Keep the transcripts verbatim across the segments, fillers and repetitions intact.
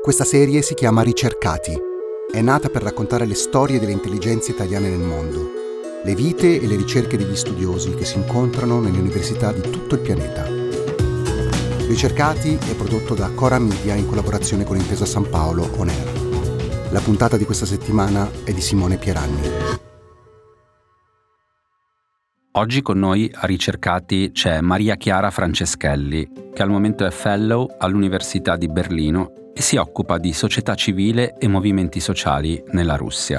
Questa serie si chiama Ricercati. È nata per raccontare le storie delle intelligenze italiane nel mondo, le vite e le ricerche degli studiosi che si incontrano nelle università di tutto il pianeta. Ricercati è prodotto da Cora Media in collaborazione con Intesa San Paolo On Air. La puntata di questa settimana è di Simone Pieranni. Oggi con noi a Ricercati c'è Maria Chiara Franceschelli, che al momento è fellow all'Università di Berlino e si occupa di società civile e movimenti sociali nella Russia.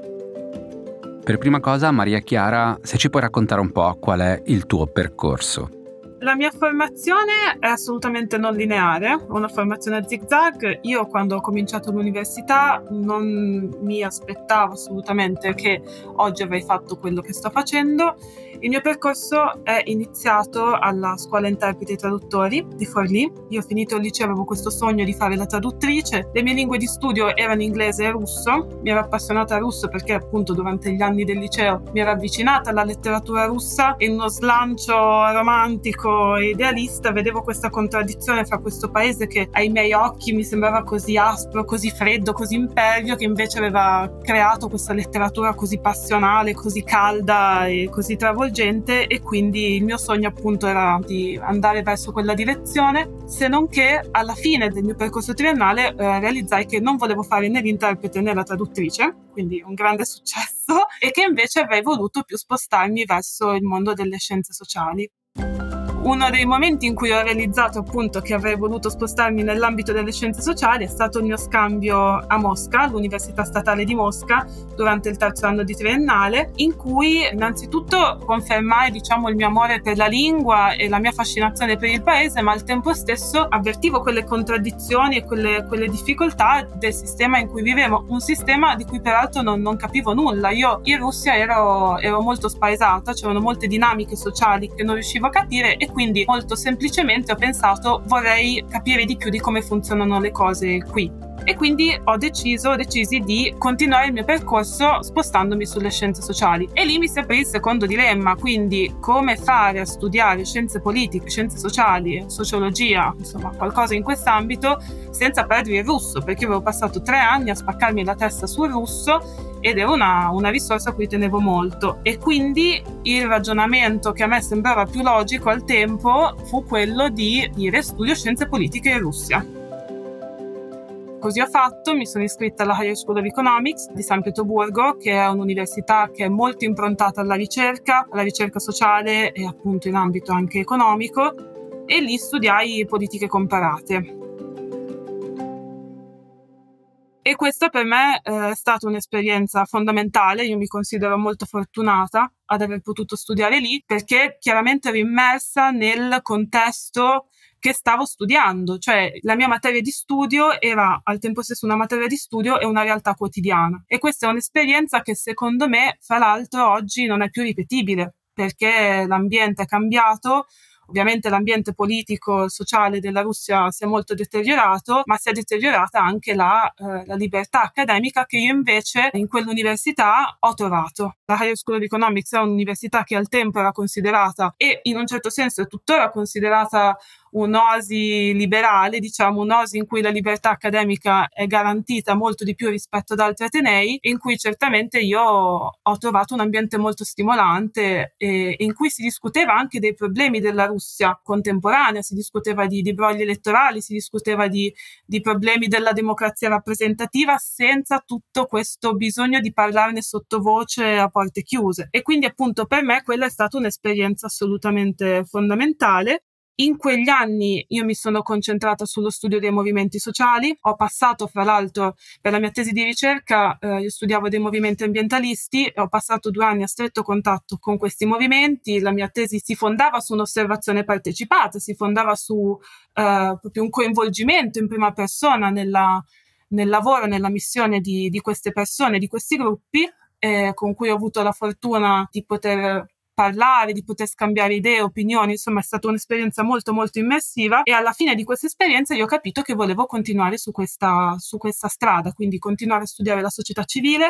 Per prima cosa, Maria Chiara, se ci puoi raccontare un po' qual è il tuo percorso. La mia formazione è assolutamente non lineare, una formazione a zig-zag. Io quando ho cominciato l'università non mi aspettavo assolutamente che oggi avrei fatto quello che sto facendo. Il mio percorso è iniziato alla scuola interpreti e traduttori di Forlì. Io ho finito il liceo, avevo questo sogno di fare la traduttrice. Le mie lingue di studio erano inglese e russo. Mi ero appassionata a russo perché appunto durante gli anni del liceo mi ero avvicinata alla letteratura russa e in uno slancio romantico e idealista vedevo questa contraddizione fra questo paese che ai miei occhi mi sembrava così aspro, così freddo, così impervio, che invece aveva creato questa letteratura così passionale, così calda e così travolgente, e quindi il mio sogno appunto era di andare verso quella direzione, se non che alla fine del mio percorso triennale eh, realizzai che non volevo fare né l'interprete né la traduttrice, quindi un grande successo, e che invece avrei voluto più spostarmi verso il mondo delle scienze sociali. Uno dei momenti in cui ho realizzato appunto che avrei voluto spostarmi nell'ambito delle scienze sociali è stato il mio scambio a Mosca, all'Università Statale di Mosca, durante il terzo anno di triennale, in cui innanzitutto confermai diciamo il mio amore per la lingua e la mia fascinazione per il paese, ma al tempo stesso avvertivo quelle contraddizioni e quelle, quelle difficoltà del sistema in cui vivevo, un sistema di cui peraltro non, non capivo nulla. Io in Russia ero, ero molto spaesata, c'erano molte dinamiche sociali che non riuscivo a capire e quindi molto semplicemente ho pensato vorrei capire di più di come funzionano le cose qui, e quindi ho deciso ho decisi di continuare il mio percorso spostandomi sulle scienze sociali, e lì mi si aprì il secondo dilemma, quindi come fare a studiare scienze politiche, scienze sociali, sociologia, insomma qualcosa in quest'ambito senza perdere il russo, perché avevo passato tre anni a spaccarmi la testa sul russo ed era una, una risorsa a cui tenevo molto, e quindi il ragionamento che a me sembrava più logico al tempo fu quello di dire studio scienze politiche in Russia. Così ho fatto, mi sono iscritta alla Higher School of Economics di San Pietroburgo, che è un'università che è molto improntata alla ricerca, alla ricerca sociale e appunto in ambito anche economico, e lì studiai politiche comparate. E questa per me eh, è stata un'esperienza fondamentale. Io mi considero molto fortunata ad aver potuto studiare lì, perché chiaramente ero immersa nel contesto che stavo studiando, cioè la mia materia di studio era al tempo stesso una materia di studio e una realtà quotidiana, e questa è un'esperienza che secondo me, fra l'altro, oggi non è più ripetibile, perché l'ambiente è cambiato. Ovviamente l'ambiente politico, sociale della Russia si è molto deteriorato, ma si è deteriorata anche la, eh, la libertà accademica che io invece in quell'università ho trovato. La Higher School of Economics è un'università che al tempo era considerata, e in un certo senso è tuttora considerata, un'oasi liberale, diciamo un'oasi in cui la libertà accademica è garantita molto di più rispetto ad altri atenei, in cui certamente io ho trovato un ambiente molto stimolante e in cui si discuteva anche dei problemi della Russia contemporanea, si discuteva di, di brogli elettorali, si discuteva di, di problemi della democrazia rappresentativa, senza tutto questo bisogno di parlarne sottovoce a porte chiuse. E quindi appunto per me quella è stata un'esperienza assolutamente fondamentale. In quegli anni io mi sono concentrata sullo studio dei movimenti sociali. Ho passato, fra l'altro, per la mia tesi di ricerca, eh, io studiavo dei movimenti ambientalisti e ho passato due anni a stretto contatto con questi movimenti. La mia tesi si fondava su un'osservazione partecipata, si fondava su eh, proprio un coinvolgimento in prima persona nella, nel lavoro, nella missione di, di queste persone, di questi gruppi, eh, con cui ho avuto la fortuna di poter parlare, di poter scambiare idee, opinioni. Insomma è stata un'esperienza molto molto immersiva, e alla fine di questa esperienza io ho capito che volevo continuare su questa, su questa strada, quindi continuare a studiare la società civile,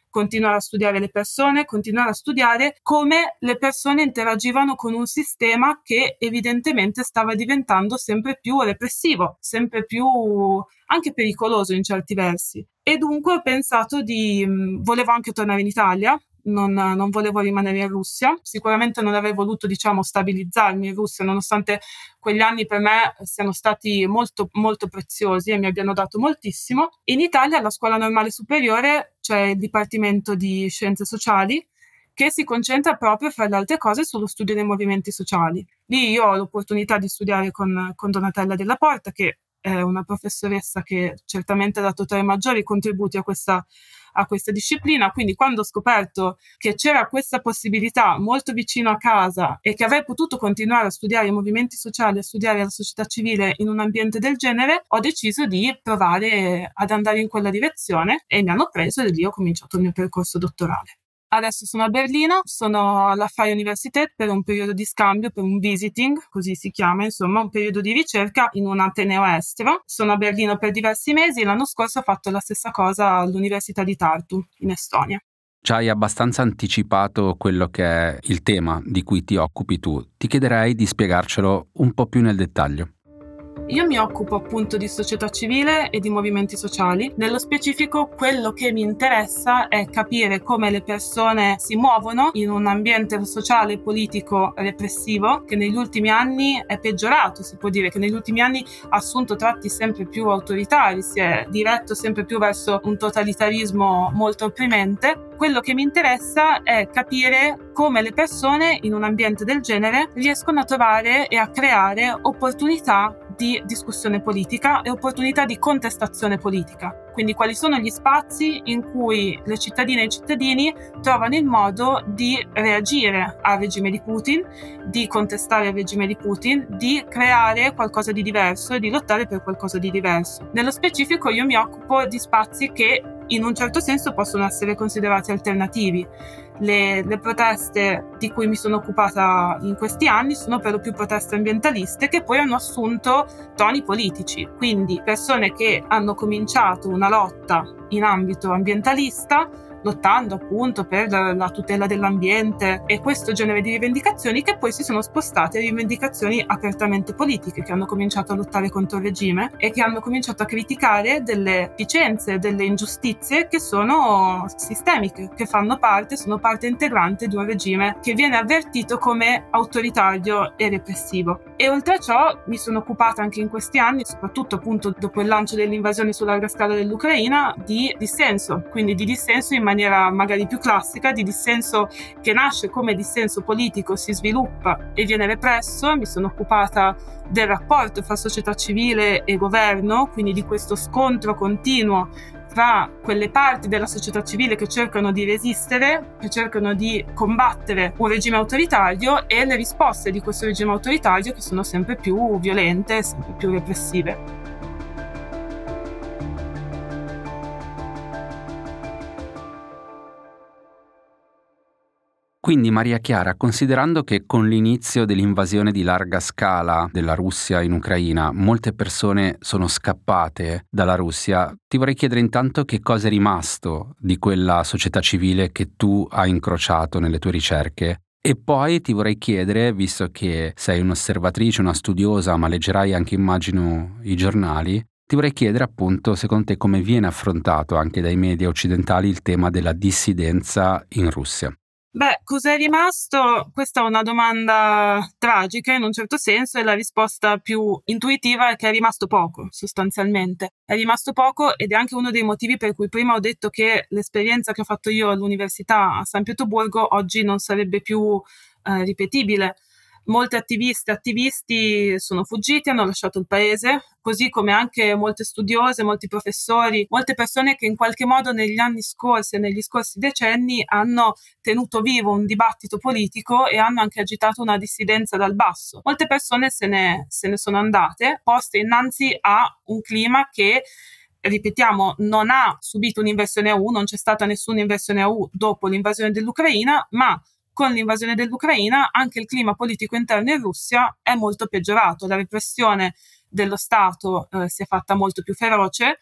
continuare a studiare le persone, continuare a studiare come le persone interagivano con un sistema che evidentemente stava diventando sempre più repressivo, sempre più anche pericoloso in certi versi. E dunque ho pensato di... mh, volevo anche tornare in Italia, non, non volevo rimanere in Russia. Sicuramente non avrei voluto, diciamo, stabilizzarmi in Russia, nonostante quegli anni per me siano stati molto, molto preziosi e mi abbiano dato moltissimo. In Italia, alla scuola normale superiore, c'è il Dipartimento di Scienze Sociali, che si concentra proprio, fra le altre cose, sullo studio dei movimenti sociali. Lì io ho l'opportunità di studiare con, con Donatella Della Porta, che è una professoressa che certamente ha dato tra i maggiori contributi a questa a questa disciplina. Quindi quando ho scoperto che c'era questa possibilità molto vicino a casa e che avrei potuto continuare a studiare i movimenti sociali, a studiare la società civile in un ambiente del genere, ho deciso di provare ad andare in quella direzione e mi hanno preso e lì ho cominciato il mio percorso dottorale. Adesso sono a Berlino, sono alla Freie Universität per un periodo di scambio, per un visiting, così si chiama, insomma, un periodo di ricerca in un ateneo estero. Sono a Berlino per diversi mesi, l'anno scorso ho fatto la stessa cosa all'Università di Tartu, in Estonia. Ci hai abbastanza anticipato quello che è il tema di cui ti occupi tu. Ti chiederei di spiegarcelo un po' più nel dettaglio. Io mi occupo appunto di società civile e di movimenti sociali. Nello specifico, quello che mi interessa è capire come le persone si muovono in un ambiente sociale e politico repressivo che negli ultimi anni è peggiorato, si può dire, che negli ultimi anni ha assunto tratti sempre più autoritari, si è diretto sempre più verso un totalitarismo molto opprimente. Quello che mi interessa è capire come le persone in un ambiente del genere riescono a trovare e a creare opportunità di discussione politica e opportunità di contestazione politica. Quindi quali sono gli spazi in cui le cittadine e i cittadini trovano il modo di reagire al regime di Putin, di contestare il regime di Putin, di creare qualcosa di diverso e di lottare per qualcosa di diverso. Nello specifico io mi occupo di spazi che in un certo senso possono essere considerati alternativi. Le, le proteste di cui mi sono occupata in questi anni sono per lo più proteste ambientaliste che poi hanno assunto toni politici, quindi persone che hanno cominciato una lotta in ambito ambientalista lottando appunto per la tutela dell'ambiente e questo genere di rivendicazioni che poi si sono spostate a rivendicazioni apertamente politiche, che hanno cominciato a lottare contro il regime e che hanno cominciato a criticare delle deficienze, delle ingiustizie che sono sistemiche, che fanno parte, sono parte integrante di un regime che viene avvertito come autoritario e repressivo. E oltre a ciò mi sono occupata anche in questi anni, soprattutto appunto dopo il lancio dell'invasione su larga scala dell'Ucraina, di dissenso, quindi di dissenso in maniera magari più classica, di dissenso che nasce come dissenso politico, si sviluppa e viene represso. Mi sono occupata del rapporto fra società civile e governo, quindi di questo scontro continuo tra quelle parti della società civile che cercano di resistere, che cercano di combattere un regime autoritario e le risposte di questo regime autoritario che sono sempre più violente, sempre più repressive. Quindi Maria Chiara, considerando che con l'inizio dell'invasione di larga scala della Russia in Ucraina molte persone sono scappate dalla Russia, ti vorrei chiedere intanto che cosa è rimasto di quella società civile che tu hai incrociato nelle tue ricerche. E poi ti vorrei chiedere, visto che sei un'osservatrice, una studiosa, ma leggerai anche, immagino, i giornali, ti vorrei chiedere appunto, secondo te, come viene affrontato anche dai media occidentali il tema della dissidenza in Russia? Beh, cos'è rimasto? Questa è una domanda tragica in un certo senso e la risposta più intuitiva è che è rimasto poco, sostanzialmente. È rimasto poco ed è anche uno dei motivi per cui prima ho detto che l'esperienza che ho fatto io all'università a San Pietroburgo oggi non sarebbe più eh, ripetibile. Molte attiviste e attivisti sono fuggiti, hanno lasciato il paese, così come anche molte studiose, molti professori, molte persone che in qualche modo negli anni scorsi e negli scorsi decenni hanno tenuto vivo un dibattito politico e hanno anche agitato una dissidenza dal basso. Molte persone se ne, se ne sono andate, poste innanzi a un clima che, ripetiamo, non ha subito un'inversione a U, non c'è stata nessuna inversione a U dopo l'invasione dell'Ucraina, ma con l'invasione dell'Ucraina anche il clima politico interno in Russia è molto peggiorato. La repressione dello Stato eh, si è fatta molto più feroce,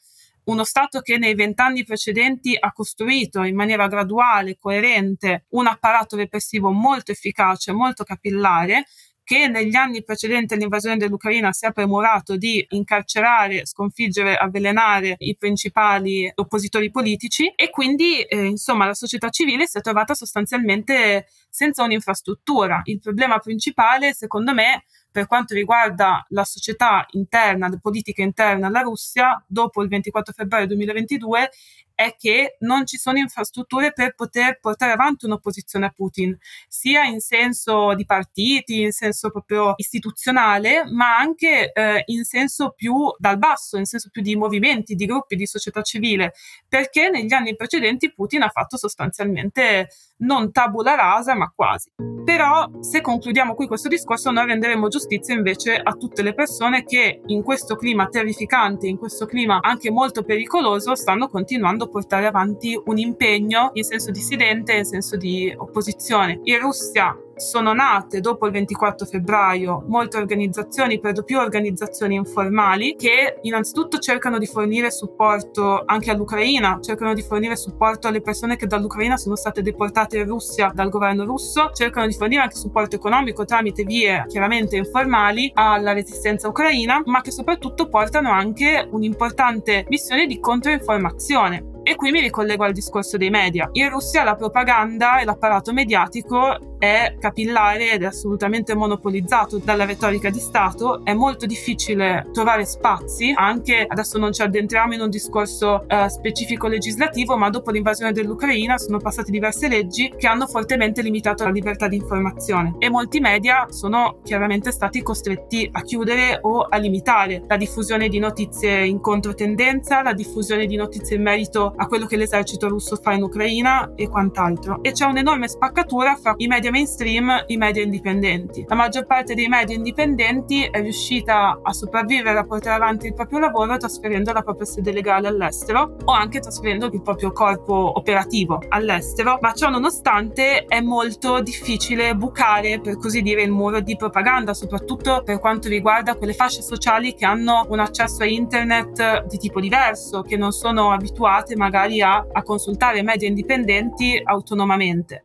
uno Stato che nei vent'anni precedenti ha costruito in maniera graduale, coerente, un apparato repressivo molto efficace, molto capillare, che negli anni precedenti all'invasione dell'Ucraina si è premurato di incarcerare, sconfiggere, avvelenare i principali oppositori politici, e quindi eh, insomma la società civile si è trovata sostanzialmente senza un'infrastruttura. Il problema principale, secondo me, per quanto riguarda la società interna, le politiche interne alla Russia, dopo il ventiquattro febbraio duemilaventidue, è che non ci sono infrastrutture per poter portare avanti un'opposizione a Putin, sia in senso di partiti, in senso proprio istituzionale, ma anche eh, in senso più dal basso, in senso più di movimenti, di gruppi, di società civile, perché negli anni precedenti Putin ha fatto sostanzialmente non tabula rasa, ma quasi. Però, se concludiamo qui questo discorso, noi renderemo giustizia invece a tutte le persone che in questo clima terrificante, in questo clima anche molto pericoloso, stanno continuando a portare avanti un impegno in senso dissidente, in senso di opposizione. In Russia sono nate dopo il ventiquattro febbraio molte organizzazioni, per lo più organizzazioni informali, che innanzitutto cercano di fornire supporto anche all'Ucraina, cercano di fornire supporto alle persone che dall'Ucraina sono state deportate in Russia dal governo russo, cercano di fornire anche supporto economico tramite vie chiaramente informali alla resistenza ucraina, ma che soprattutto portano anche un'importante missione di controinformazione. E qui mi ricollego al discorso dei media. In Russia la propaganda e l'apparato mediatico è capillare ed è assolutamente monopolizzato dalla retorica di Stato. È molto difficile trovare spazi, anche adesso non ci addentriamo in un discorso eh, specifico legislativo, ma dopo l'invasione dell'Ucraina sono passate diverse leggi che hanno fortemente limitato la libertà di informazione, e molti media sono chiaramente stati costretti a chiudere o a limitare la diffusione di notizie in controtendenza, la diffusione di notizie in merito a quello che l'esercito russo fa in Ucraina e quant'altro. E c'è un'enorme spaccatura fra i media mainstream e i media indipendenti. La maggior parte dei media indipendenti è riuscita a sopravvivere, a portare avanti il proprio lavoro trasferendo la propria sede legale all'estero o anche trasferendo il proprio corpo operativo all'estero, ma ciò nonostante è molto difficile bucare, per così dire, il muro di propaganda, soprattutto per quanto riguarda quelle fasce sociali che hanno un accesso a internet di tipo diverso, che non sono abituate magari a, a consultare media indipendenti autonomamente.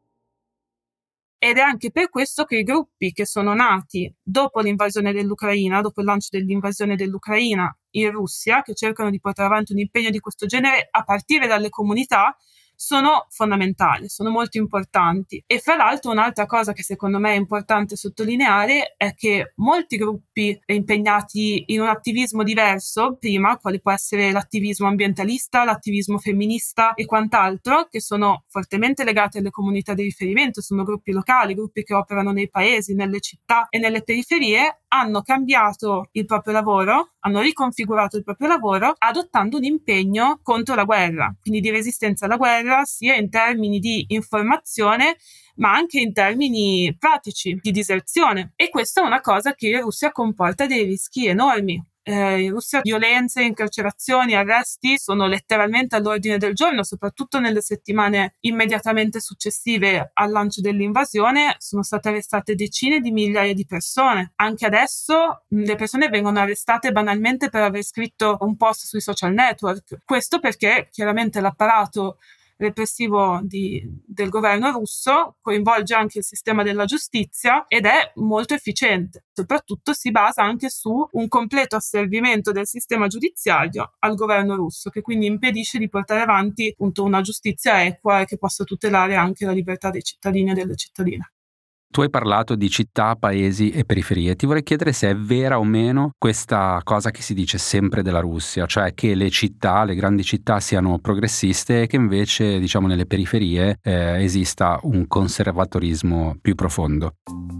Ed è anche per questo che i gruppi che sono nati dopo l'invasione dell'Ucraina, dopo il lancio dell'invasione dell'Ucraina in Russia, che cercano di portare avanti un impegno di questo genere a partire dalle comunità, sono fondamentali, sono molto importanti. E fra l'altro un'altra cosa che secondo me è importante sottolineare è che molti gruppi impegnati in un attivismo diverso prima, quale può essere l'attivismo ambientalista, l'attivismo femminista e quant'altro, che sono fortemente legati alle comunità di riferimento, sono gruppi locali, gruppi che operano nei paesi, nelle città e nelle periferie, hanno cambiato il proprio lavoro, hanno riconfigurato il proprio lavoro adottando un impegno contro la guerra, quindi di resistenza alla guerra, sia in termini di informazione ma anche in termini pratici di diserzione. E questa è una cosa che in Russia comporta dei rischi enormi. Eh, in Russia violenze, incarcerazioni, arresti sono letteralmente all'ordine del giorno, soprattutto nelle settimane immediatamente successive al lancio dell'invasione sono state arrestate decine di migliaia di persone. Anche adesso le persone vengono arrestate banalmente per aver scritto un post sui social network. Questo perché chiaramente l'apparato repressivo di, del governo russo coinvolge anche il sistema della giustizia ed è molto efficiente. Soprattutto si basa anche su un completo asservimento del sistema giudiziario al governo russo, che quindi impedisce di portare avanti appunto una giustizia equa e che possa tutelare anche la libertà dei cittadini e delle cittadine. Tu hai parlato di città, paesi e periferie. Ti vorrei chiedere se è vera o meno questa cosa che si dice sempre della Russia, cioè che le città, le grandi città siano progressiste e che invece, diciamo, nelle periferie eh, esista un conservatorismo più profondo.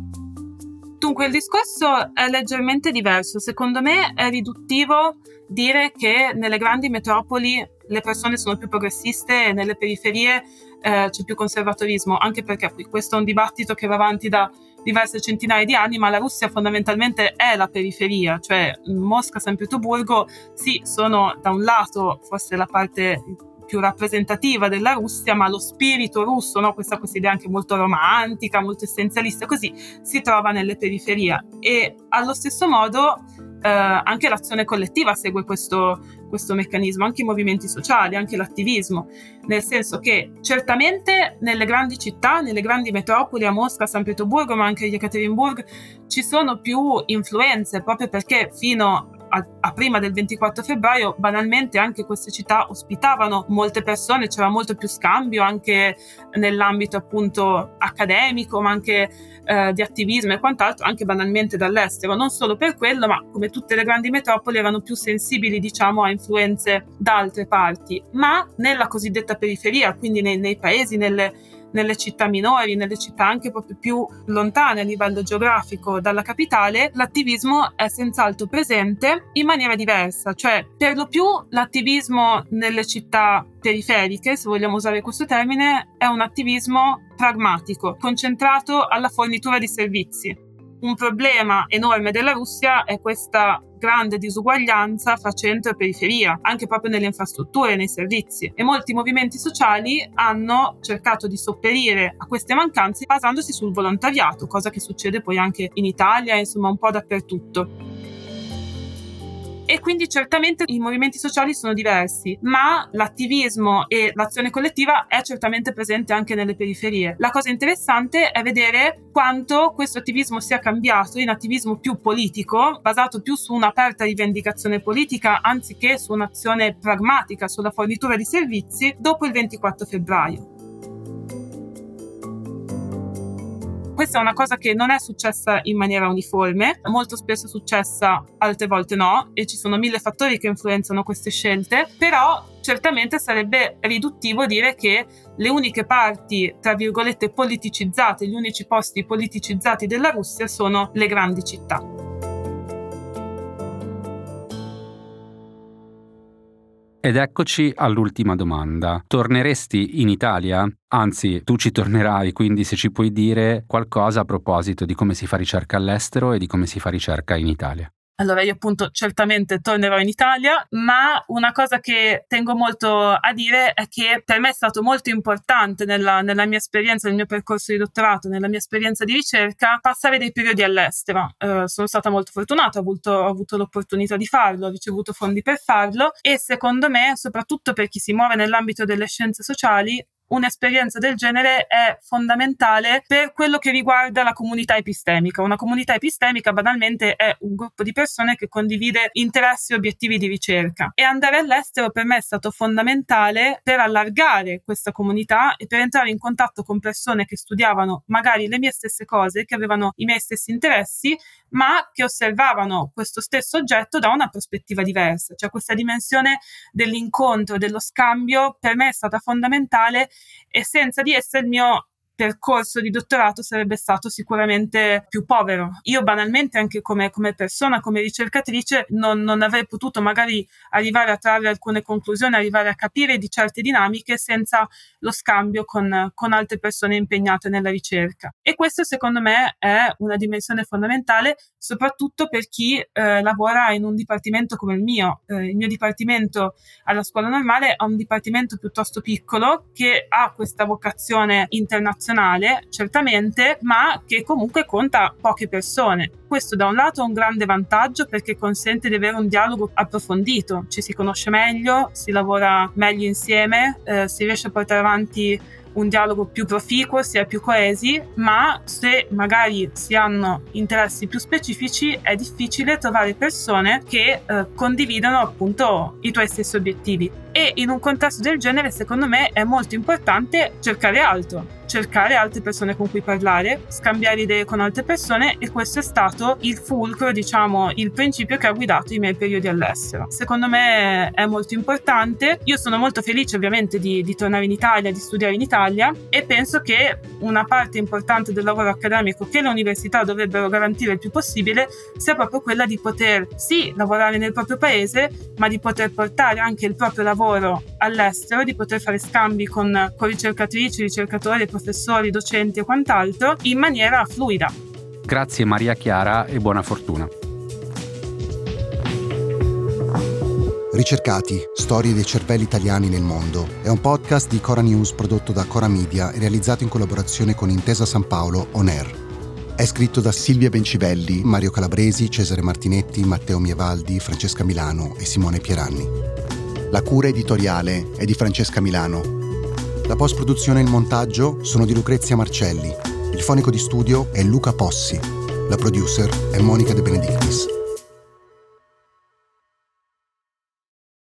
Dunque, il discorso è leggermente diverso. Secondo me è riduttivo dire che nelle grandi metropoli le persone sono più progressiste e nelle periferie eh, c'è più conservatorismo, anche perché questo è un dibattito che va avanti da diverse centinaia di anni, ma la Russia fondamentalmente è la periferia, cioè Mosca, San Pietroburgo, sì, sono da un lato forse la parte più rappresentativa della Russia, ma lo spirito russo, no? questa, questa idea anche molto romantica, molto essenzialista, così si trova nelle periferie. E allo stesso modo eh, anche l'azione collettiva segue questo, questo meccanismo, anche i movimenti sociali, anche l'attivismo, nel senso che certamente nelle grandi città, nelle grandi metropoli, a Mosca, a San Pietroburgo, ma anche a Ekaterinburg, ci sono più influenze, proprio perché fino a, a prima del ventiquattro febbraio banalmente anche queste città ospitavano molte persone, c'era molto più scambio anche nell'ambito appunto accademico, ma anche eh, di attivismo e quant'altro, anche banalmente dall'estero. Non solo per quello, ma come tutte le grandi metropoli erano più sensibili, diciamo, a influenze da altre parti. Ma nella cosiddetta periferia, quindi nei, nei paesi, nelle nelle città minori, nelle città anche proprio più lontane a livello geografico dalla capitale, l'attivismo è senz'altro presente in maniera diversa, cioè per lo più l'attivismo nelle città periferiche, se vogliamo usare questo termine, è un attivismo pragmatico, concentrato alla fornitura di servizi. Un problema enorme della Russia è questa grande disuguaglianza fra centro e periferia, anche proprio nelle infrastrutture, nei servizi. E molti movimenti sociali hanno cercato di sopperire a queste mancanze basandosi sul volontariato, cosa che succede poi anche in Italia, insomma un po' dappertutto. E quindi certamente i movimenti sociali sono diversi, ma l'attivismo e l'azione collettiva è certamente presente anche nelle periferie. La cosa interessante è vedere quanto questo attivismo sia cambiato in attivismo più politico, basato più su un'aperta rivendicazione politica, anziché su un'azione pragmatica, sulla fornitura di servizi, dopo il ventiquattro febbraio. Questa è una cosa che non è successa in maniera uniforme, molto spesso è successa, altre volte no, e ci sono mille fattori che influenzano queste scelte, però certamente sarebbe riduttivo dire che le uniche parti, tra virgolette, politicizzate, gli unici posti politicizzati della Russia sono le grandi città. Ed eccoci all'ultima domanda. Torneresti in Italia? Anzi, tu ci tornerai, quindi se ci puoi dire qualcosa a proposito di come si fa ricerca all'estero e di come si fa ricerca in Italia. Allora io appunto certamente tornerò in Italia, ma una cosa che tengo molto a dire è che per me è stato molto importante nella, nella mia esperienza, nel mio percorso di dottorato, nella mia esperienza di ricerca, passare dei periodi all'estero. Eh, sono stata molto fortunata, ho avuto, ho avuto l'opportunità di farlo, ho ricevuto fondi per farlo e secondo me, soprattutto per chi si muove nell'ambito delle scienze sociali, un'esperienza del genere è fondamentale per quello che riguarda la comunità epistemica. Una comunità epistemica banalmente è un gruppo di persone che condivide interessi e obiettivi di ricerca, e andare all'estero per me è stato fondamentale per allargare questa comunità e per entrare in contatto con persone che studiavano magari le mie stesse cose, che avevano i miei stessi interessi, ma che osservavano questo stesso oggetto da una prospettiva diversa. Cioè questa dimensione dell'incontro, dello scambio per me è stata fondamentale, e senza di essa il mio percorso di dottorato sarebbe stato sicuramente più povero. Io banalmente anche come, come persona, come ricercatrice non, non avrei potuto magari arrivare a trarre alcune conclusioni, arrivare a capire di certe dinamiche senza lo scambio con, con altre persone impegnate nella ricerca. E questo secondo me è una dimensione fondamentale, soprattutto per chi eh, lavora in un dipartimento come il mio. Eh, il mio dipartimento alla scuola normale è un dipartimento piuttosto piccolo che ha questa vocazione internazionale, certamente, ma che comunque conta poche persone. Questo da un lato è un grande vantaggio perché consente di avere un dialogo approfondito, ci si conosce meglio, si lavora meglio insieme, eh, si riesce a portare avanti un dialogo più proficuo, si è più coesi, ma se magari si hanno interessi più specifici è difficile trovare persone che eh, condividano appunto i tuoi stessi obiettivi. E in un contesto del genere secondo me è molto importante cercare altro, cercare altre persone con cui parlare, scambiare idee con altre persone, e questo è stato il fulcro, diciamo, il principio che ha guidato i miei periodi all'estero. Secondo me è molto importante. Io sono molto felice ovviamente di, di tornare in Italia, di studiare in Italia, e penso che una parte importante del lavoro accademico che le università dovrebbero garantire il più possibile sia proprio quella di poter sì lavorare nel proprio paese, ma di poter portare anche il proprio lavoro all'estero, di poter fare scambi con, con ricercatrici, ricercatori, professori, docenti e quant'altro in maniera fluida. Grazie Maria Chiara e buona fortuna. Ricercati, storie dei cervelli italiani nel mondo è un podcast di Cora News prodotto da Cora Media e realizzato in collaborazione con Intesa San Paolo On Air. È scritto da Silvia Bencivelli, Mario Calabresi, Cesare Martinetti, Matteo Mievaldi, Francesca Milano e Simone Pieranni. La cura editoriale è di Francesca Milano. La post-produzione e il montaggio sono di Lucrezia Marcelli. Il fonico di studio è Luca Possi. La producer è Monica De Benedictis.